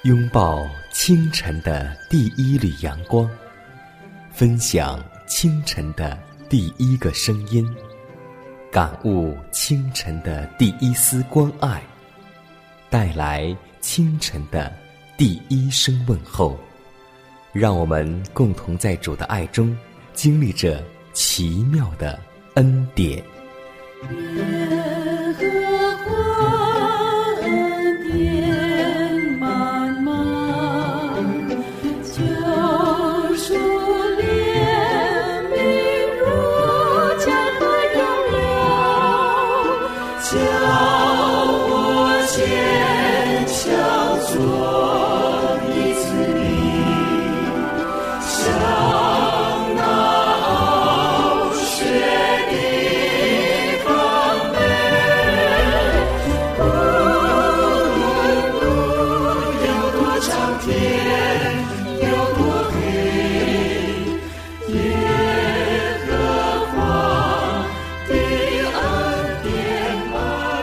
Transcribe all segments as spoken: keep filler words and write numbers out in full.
拥抱清晨的第一缕阳光，分享清晨的第一个声音，感悟清晨的第一丝关爱，带来清晨的第一声问候。让我们共同在主的爱中经历着奇妙的恩典。 耶和华恩典满满，救赎怜悯如江河涌流，叫我坚强做一次力，像那傲雪的防备，无论路有多长，天有多黑，耶和华的恩典满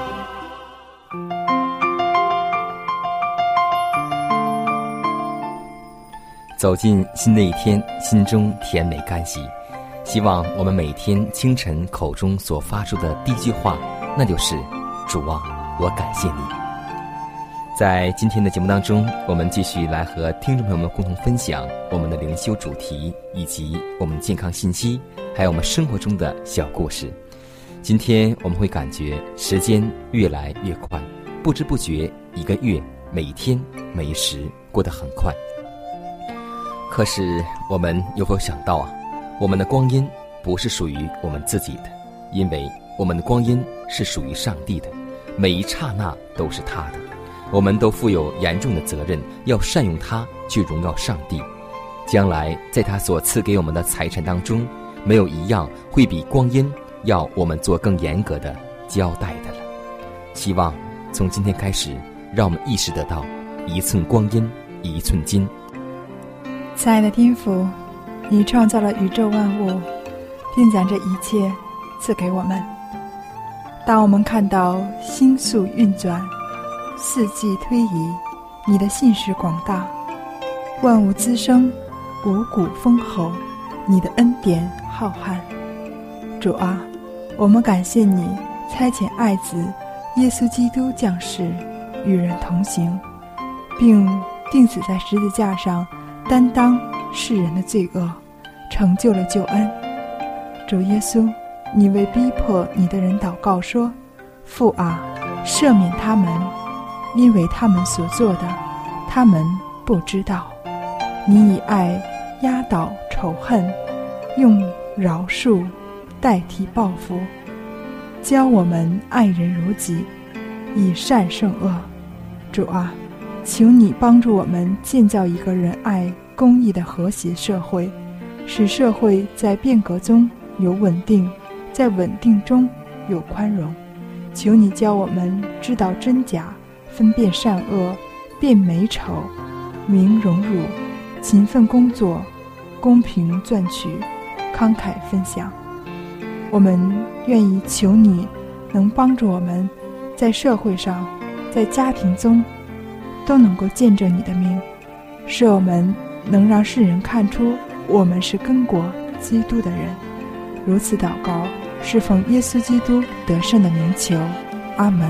走进新的一天，心中甜美甘喜。希望我们每天清晨口中所发出的第一句话，那就是主啊，我感谢你。在今天的节目当中，我们继续来和听众朋友们共同分享我们的灵修主题，以及我们健康信息，还有我们生活中的小故事。今天我们会感觉时间越来越快，不知不觉一个月、每一天、每一时过得很快。可是我们有否想到啊，我们的光阴不是属于我们自己的，因为我们的光阴是属于上帝的，每一刹那都是他的。我们都负有严重的责任，要善用它去荣耀上帝。将来在他所赐给我们的财产当中，没有一样会比光阴要我们做更严格的交代的了。希望从今天开始，让我们意识得到一寸光阴一寸金。 亲爱的天父，你创造了宇宙万物，并将这一切赐给我们。当我们看到星宿运转，四季推移，你的信实广大，万物滋生，五谷丰厚，你的恩典浩瀚。主啊，我们感谢你差遣爱子耶稣基督降世，与人同行，并钉死在十字架上，担当世人的罪恶，成就了救恩。主耶稣，你为逼迫你的人祷告说，父啊，赦免他们，因为他们所做的他们不知道。你以爱压倒仇恨，用饶恕代替报复，教我们爱人如己，以善胜恶。主啊，求你帮助我们建造一个仁爱公义的和谐社会，使社会在变革中有稳定，在稳定中有宽容。求你教我们知道真假，分辨善恶，辨美丑，明荣辱，勤奋工作，公平赚取，慷慨分享。我们愿意求你能帮助我们在社会上，在家庭中都能够见证你的名，使我们能让世人看出我们是跟过基督的人。如此祷告，是奉耶稣基督得胜的名求，阿门。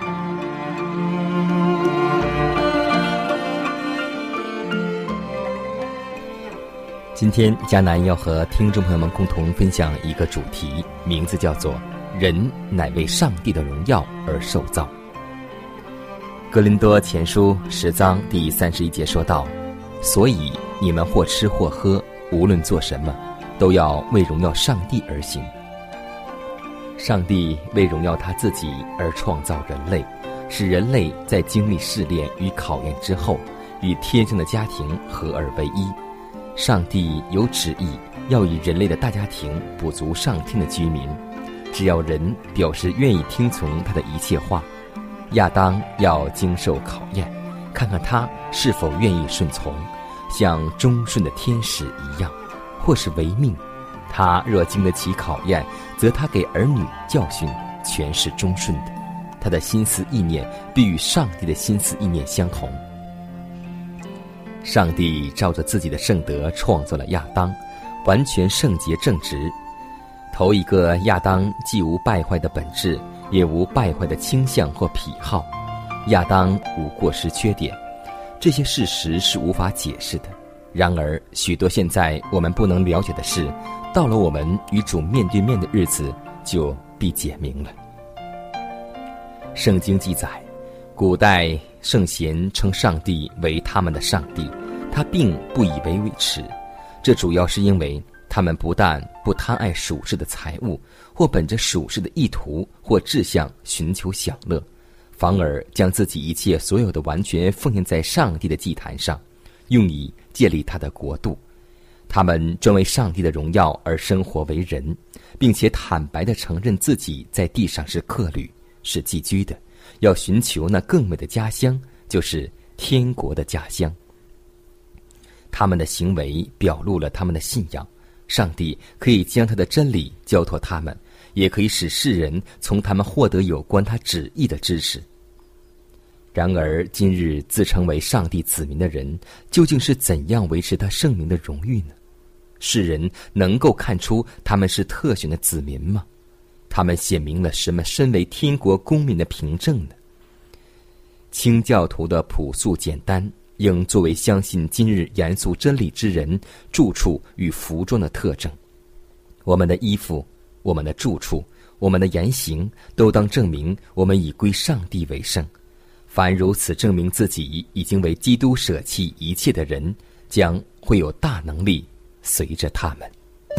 今天迦南要和听众朋友们共同分享一个主题，名字叫做人乃为上帝的荣耀而受造。哥林多前书十章第三十一节说道，所以你们或吃或喝，无论做什么，都要为荣耀上帝而行。上帝为荣耀他自己而创造人类，使人类在经历试炼与考验之后，与天上的家庭合而为一。上帝有旨意要以人类的大家庭补足上天的居民，只要人表示愿意听从他的一切话。亚当要经受考验，看看他是否愿意顺从，像忠顺的天使一样，或是违命。他若经得起考验，则他给儿女教训全是忠顺的，他的心思意念必与上帝的心思意念相同。 上帝照着自己的圣德创造了亚当，完全圣洁正直。头一个亚当既无败坏的本质，也无败坏的倾向或癖好。亚当无过失缺点，这些事实是无法解释的。然而许多现在我们不能了解的事，到了我们与主面对面的日子，就必解明了。圣经记载，古代圣贤称上帝为他们的上帝，他并不以为为耻。这主要是因为他们不但不贪爱属世的财物，或本着属世的意图或志向寻求享乐，反而将自己一切所有的完全奉献在上帝的祭坛上，用以建立他的国度。他们专为上帝的荣耀而生活为人，并且坦白地承认自己在地上是客旅，是寄居的，要寻求那更美的家乡，就是天国的家乡。他们的行为表露了他们的信仰，上帝可以将他的真理交托他们，也可以使世人从他们获得有关他旨意的知识。然而今日自称为上帝子民的人，究竟是怎样维持他圣名的荣誉呢？世人能够看出他们是特选的子民吗？他们显明了什么身为天国公民的凭证呢？清教徒的朴素简单，应作为相信今日严肃真理之人住处与服装的特征。我们的衣服，我们的住处，我们的言行，都当证明我们以归上帝为圣。凡如此证明自己已经为基督舍弃一切的人，将会有大能力随着他们。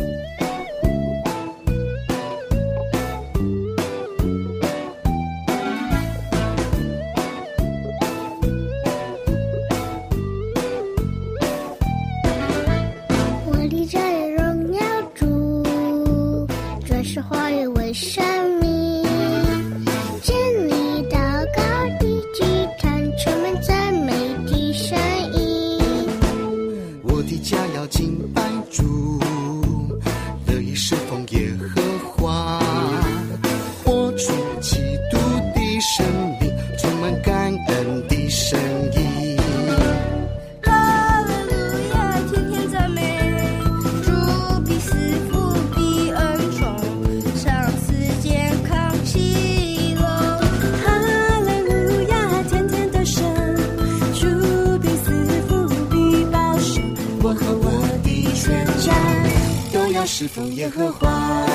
我立着荣耀主，这是话语为生命，建立祷告的祭坛，充满赞美的声音。 我的家要敬拜主，乐意侍奉耶和华，活出基督的生命，充满感恩的声音。 哈利路亚，天天赞美主，必赐福必恩宠，赏赐健康喜乐。哈利路亚，天天得胜，主必赐福必保守，我和我的全家都要侍奉耶和华。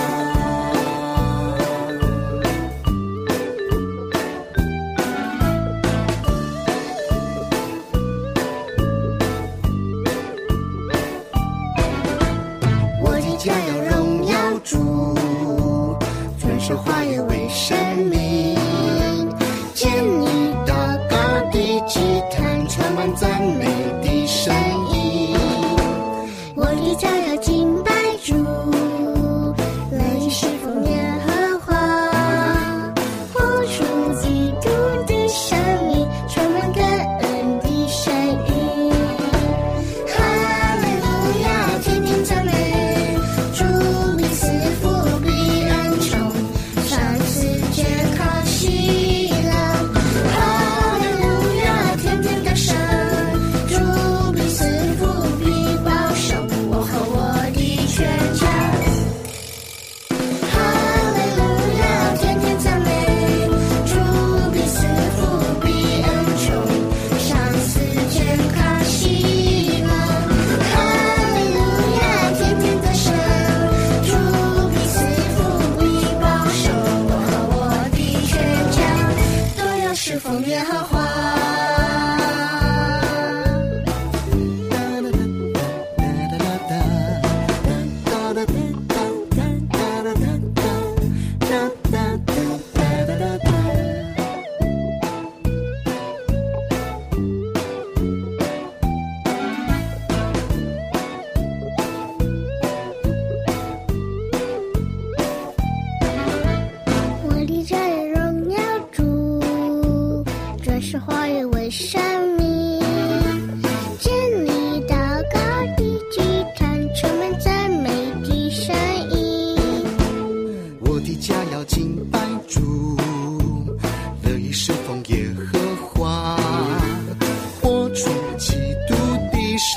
我的家要荣耀主，遵守话语为生命，建立祷告的祭坛，充满赞美的声音。 我的家要敬拜主，乐意侍奉耶和华，活出基督的生命，充满感恩的声音。哈利路亚，天天赞美主，必赐福必恩宠，赏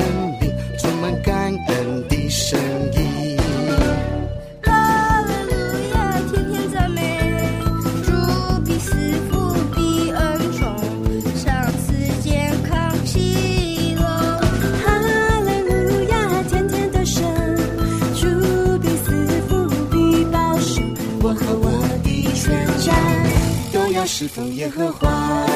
生命，充满感恩的声音。 哈利路亚，天天赞美，主必赐福必恩宠，赏赐健康喜乐。 哈利路亚，天天的神，主必赐福必保守，我和我的全家都要侍奉耶和华。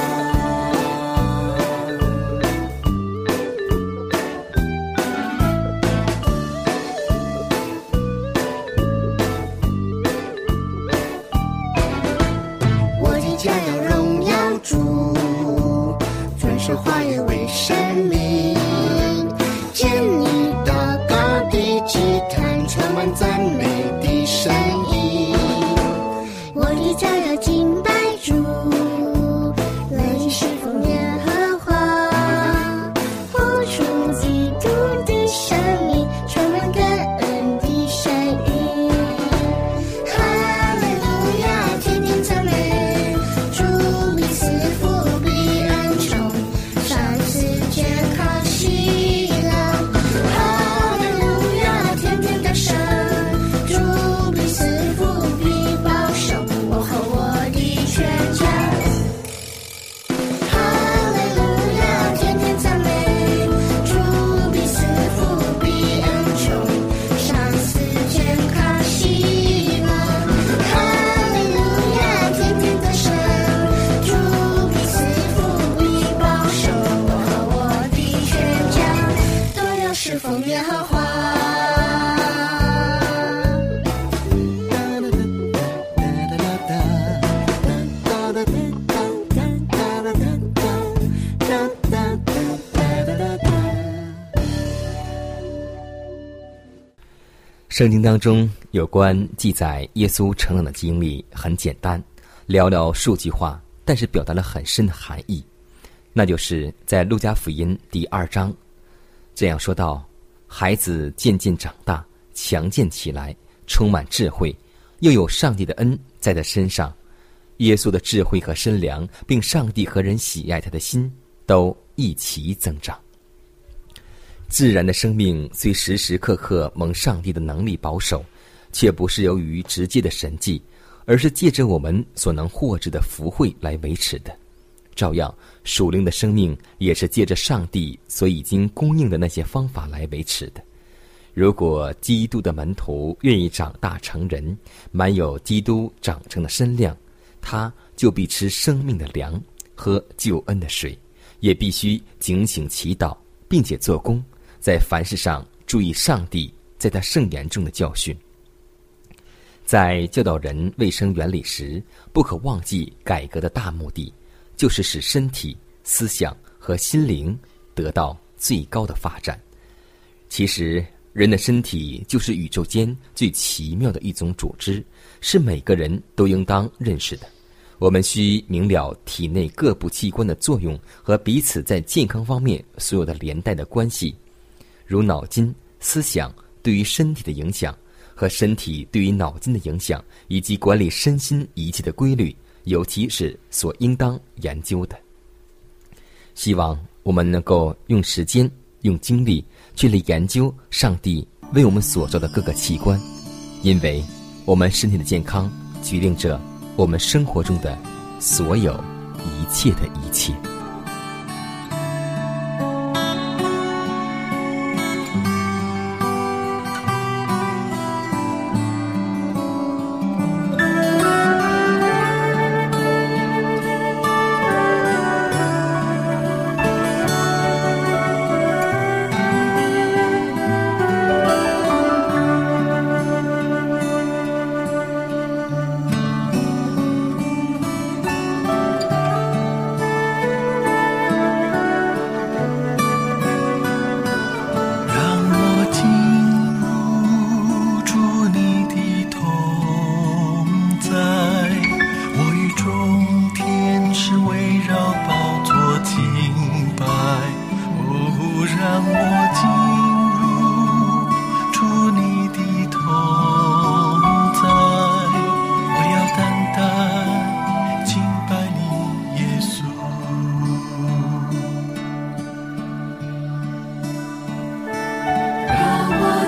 我的家要荣耀主，遵守话语为生命，建立祷告的祭坛，充满赞美的声音。 我的家要敬拜主，乐意侍奉耶和华，活出基督的生命，充满感恩的声音。哈利路亚，天天赞美，主必赐福必恩宠，赏赐健康喜乐。哈利路亚，天天的神，主必赐福必保守，我和我的全家。哈利路亚，天天赞美，主必赐福必恩宠，赏赐健康喜乐。哈利路亚，天天的神，主必赐福必保守，我和我的全家都要侍奉耶和华。 圣经当中有关记载耶稣成长的经历很简单，寥寥数句话，但是表达了很深的含义。那就是在路加福音第二章这样说道：孩子渐渐长大，强健起来，充满智慧，又有上帝的恩在他身上。耶稣的智慧和身量，并上帝和人喜爱他的心都一起增长。自然的生命虽时时刻刻蒙上帝的能力保守，却不是由于直接的神迹，而是借着我们所能获知的福惠来维持的。照样，属灵的生命也是借着上帝所已经供应的那些方法来维持的。如果基督的门徒愿意长大成人，满有基督长成的身量，他就必吃生命的粮，喝救恩的水，也必须警醒祈祷，并且做工，在凡事上注意上帝在他圣言中的教训。在教导人卫生原理时，不可忘记改革的大目的，就是使身体、思想和心灵得到最高的发展。其实，人的身体就是宇宙间最奇妙的一种组织，是每个人都应当认识的。我们需明了体内各部器官的作用和彼此在健康方面所有的连带的关系，如脑筋、思想对于身体的影响，和身体对于脑筋的影响，以及管理身心一切的规律，尤其是所应当研究的。希望我们能够用时间、用精力去来研究上帝为我们所造的各个器官，因为我们身体的健康决定着我们生活中的所有一切的一切。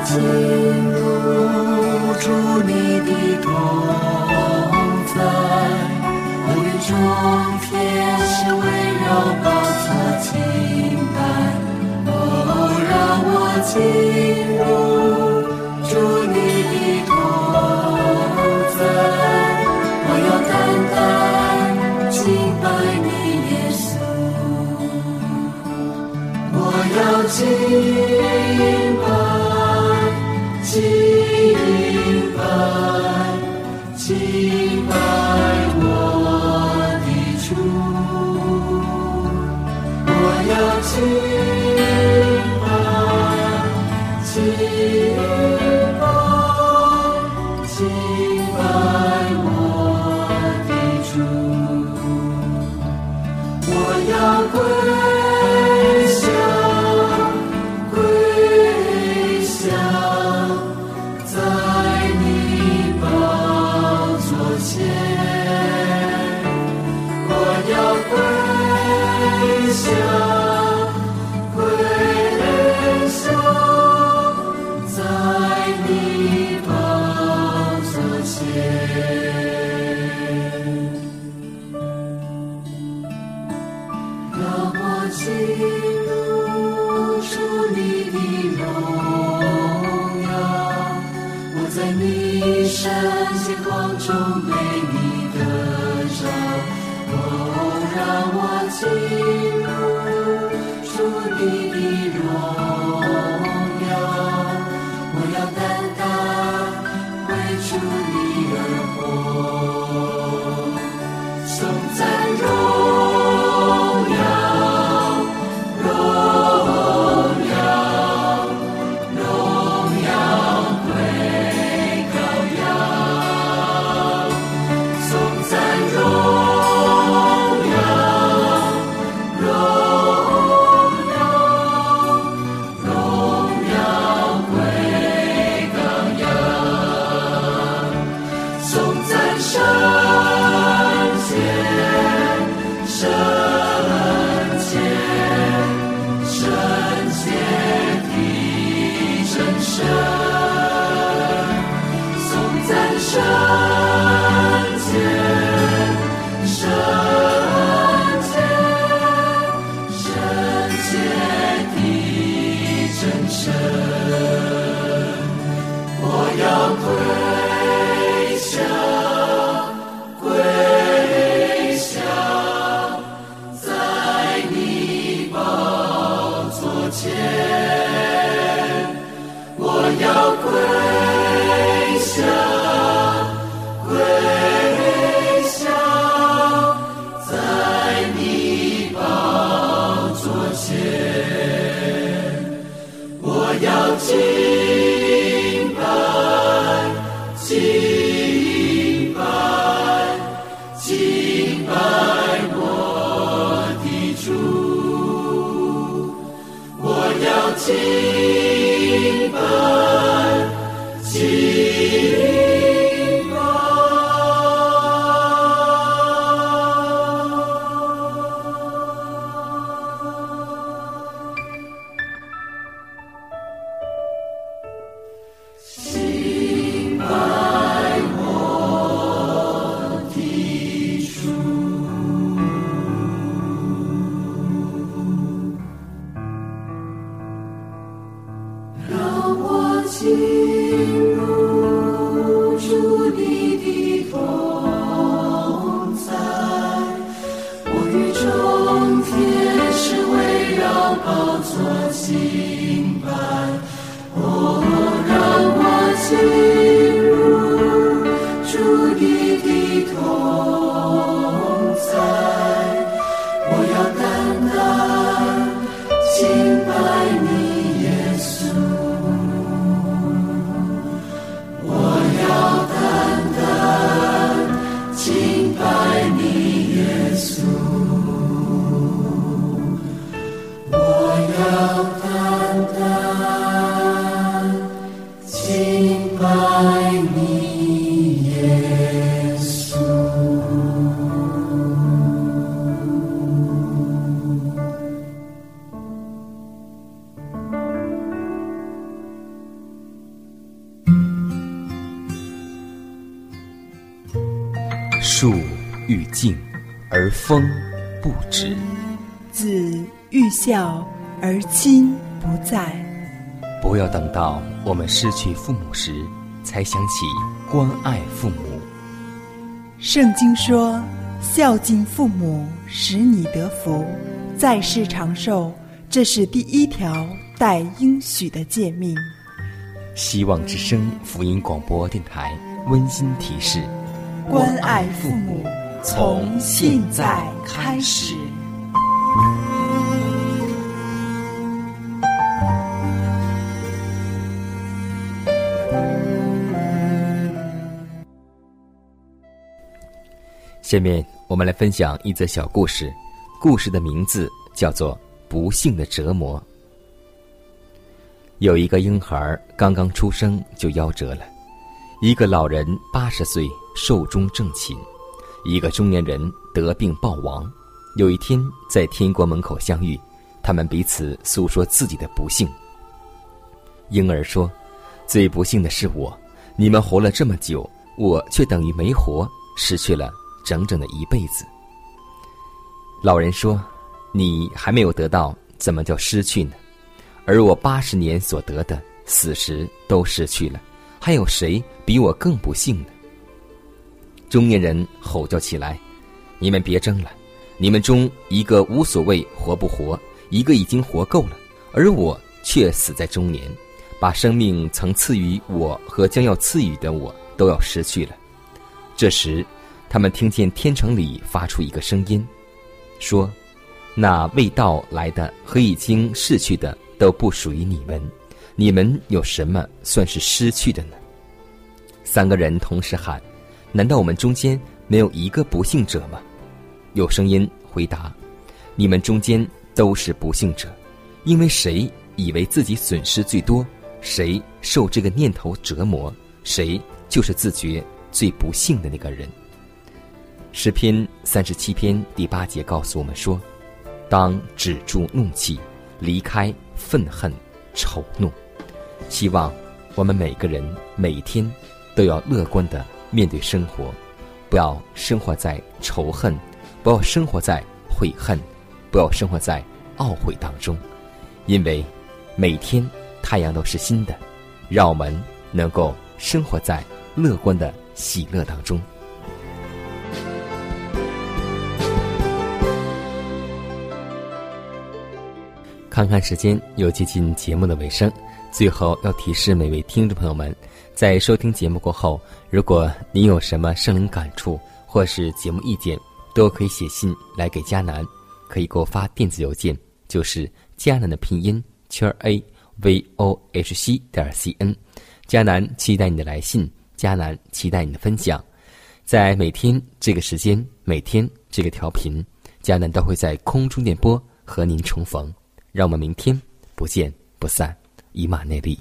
进入主你的同在，我与众天使围绕宝座敬拜。哦，让我进入主你的同在，我要单单敬拜你耶稣，我要敬拜敬拜敬拜我的主，我要敬拜敬拜敬拜我的主，我要跪下跪下在你宝座前，我要跪下跪下在你宝座前。让我进入主你的荣耀，我在你圣洁光中被你得着。哦，让我进入主你的荣耀，我要单单为主你而活，颂赞荣耀荣耀荣耀归羔羊，颂赞荣耀荣耀荣耀归羔羊，颂赞圣洁圣洁圣洁的真神，颂赞圣洁圣洁圣洁的真神，我要跪下跪下在你宝座前，我要跪下跪下在你宝座前，我要敬拜敬拜敬拜我的主，我要敬拜敬拜。敬拜我的主，让我进入主你的同在，我与众天使围绕宝座敬拜。哦，让我进入主你的同在，我要单单敬拜你耶稣， 树欲静而风不止， 子欲孝而亲不在。 不要等到我们失去父母时才想起关爱父母。 圣经说，孝敬父母使你得福，在世长寿，这是第一条带应许的诫命。 希望之声福音广播电台温馨提示： 关爱父母，从现在开始。 下面我们来分享一则小故事，故事的名字叫做《不幸的折磨》。有一个婴孩刚刚出生就夭折了，一个老人八十岁寿终正寝，一个中年人得病暴亡。有一天在天国门口相遇，他们彼此诉说自己的不幸。婴儿说，最不幸的是我，你们活了这么久，我却等于没活，失去了整整的一辈子。老人说，你还没有得到，怎么叫失去呢？而我八十年所得的，死时都失去了，还有谁比我更不幸呢？中年人吼叫起来，你们别争了，你们中一个无所谓活不活，一个已经活够了，而我却死在中年，把生命曾赐予我和将要赐予的我都要失去了。这时他们听见天城里发出一个声音，说，那未到来的和已经逝去的都不属于你们，你们有什么算是失去的呢？三个人同时喊，难道我们中间没有一个不幸者吗？有声音回答，你们中间都是不幸者，因为谁以为自己损失最多，谁受这个念头折磨，谁就是自觉最不幸的那个人。诗篇三十七篇第八节告诉我们说，当止住怒气，离开愤恨丑怒。希望我们每个人每天都要乐观地面对生活，不要生活在仇恨，不要生活在悔恨，不要生活在懊悔当中，因为每天太阳都是新的，让我们能够生活在乐观的喜乐当中。看看时间，又接近节目的尾声，最后要提示每位听众朋友们，在收听节目过后，如果您有什么圣灵感触或是节目意见，都可以写信来给迦南，可以给我发电子邮件，就是迦南的拼音圈 a v o h c 点 c n。迦南期待你的来信，迦南期待你的分享。在每天这个时间，每天这个调频，迦南都会在空中电波和您重逢。让我们明天不见不散，以马内利。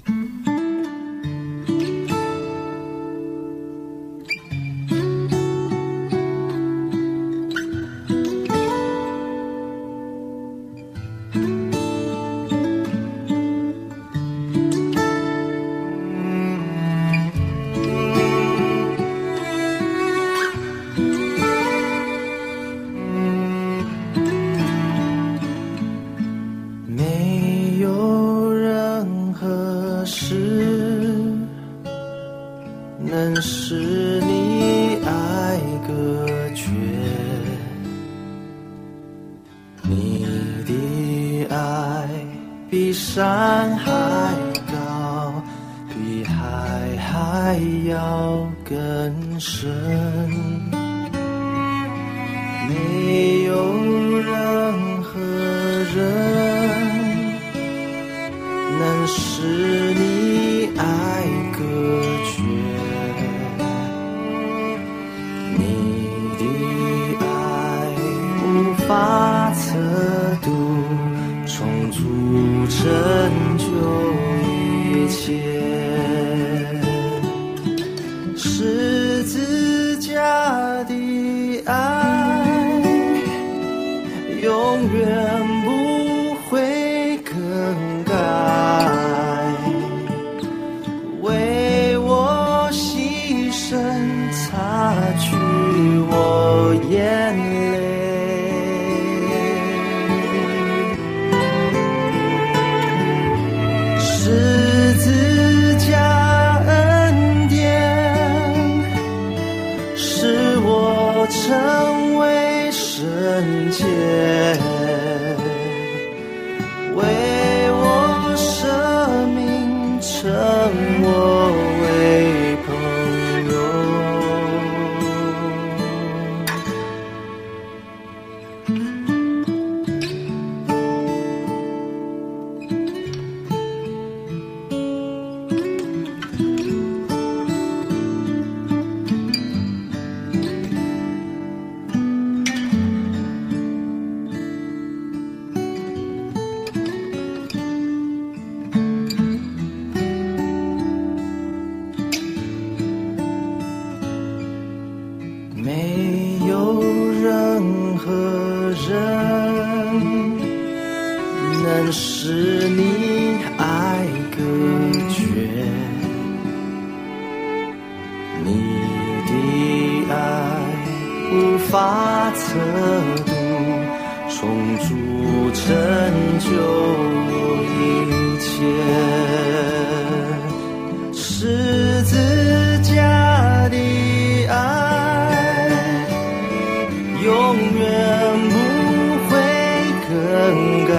山还高，比海还要更深。没有任何人能使你爱隔绝，你的爱无法测度，充足成就一切。十字架的爱永远不会更改，为我牺牲，擦去我测度，重铸成就一切。十字架的爱永远不会更改，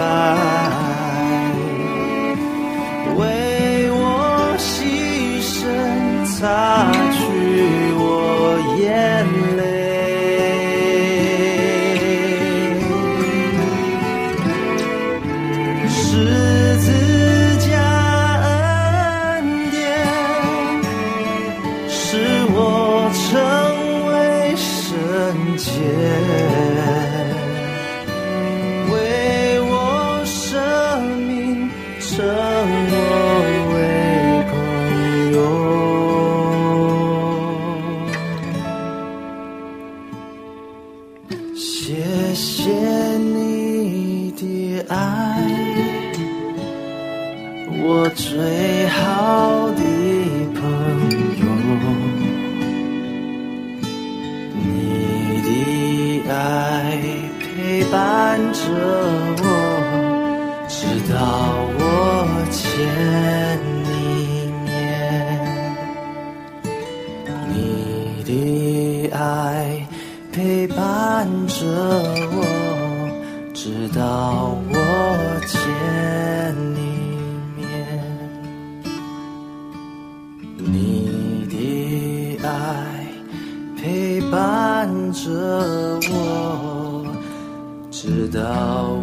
为我牺牲擦去我眼泪。十字架恩典使我成为圣洁，为我生命成我为朋友。谢谢你的爱，我最好的朋友，你的爱陪伴着我，直到我见你面。你的爱陪伴着我，直到我见你面。你的爱陪伴着我，直到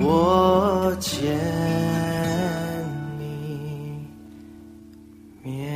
我见你面。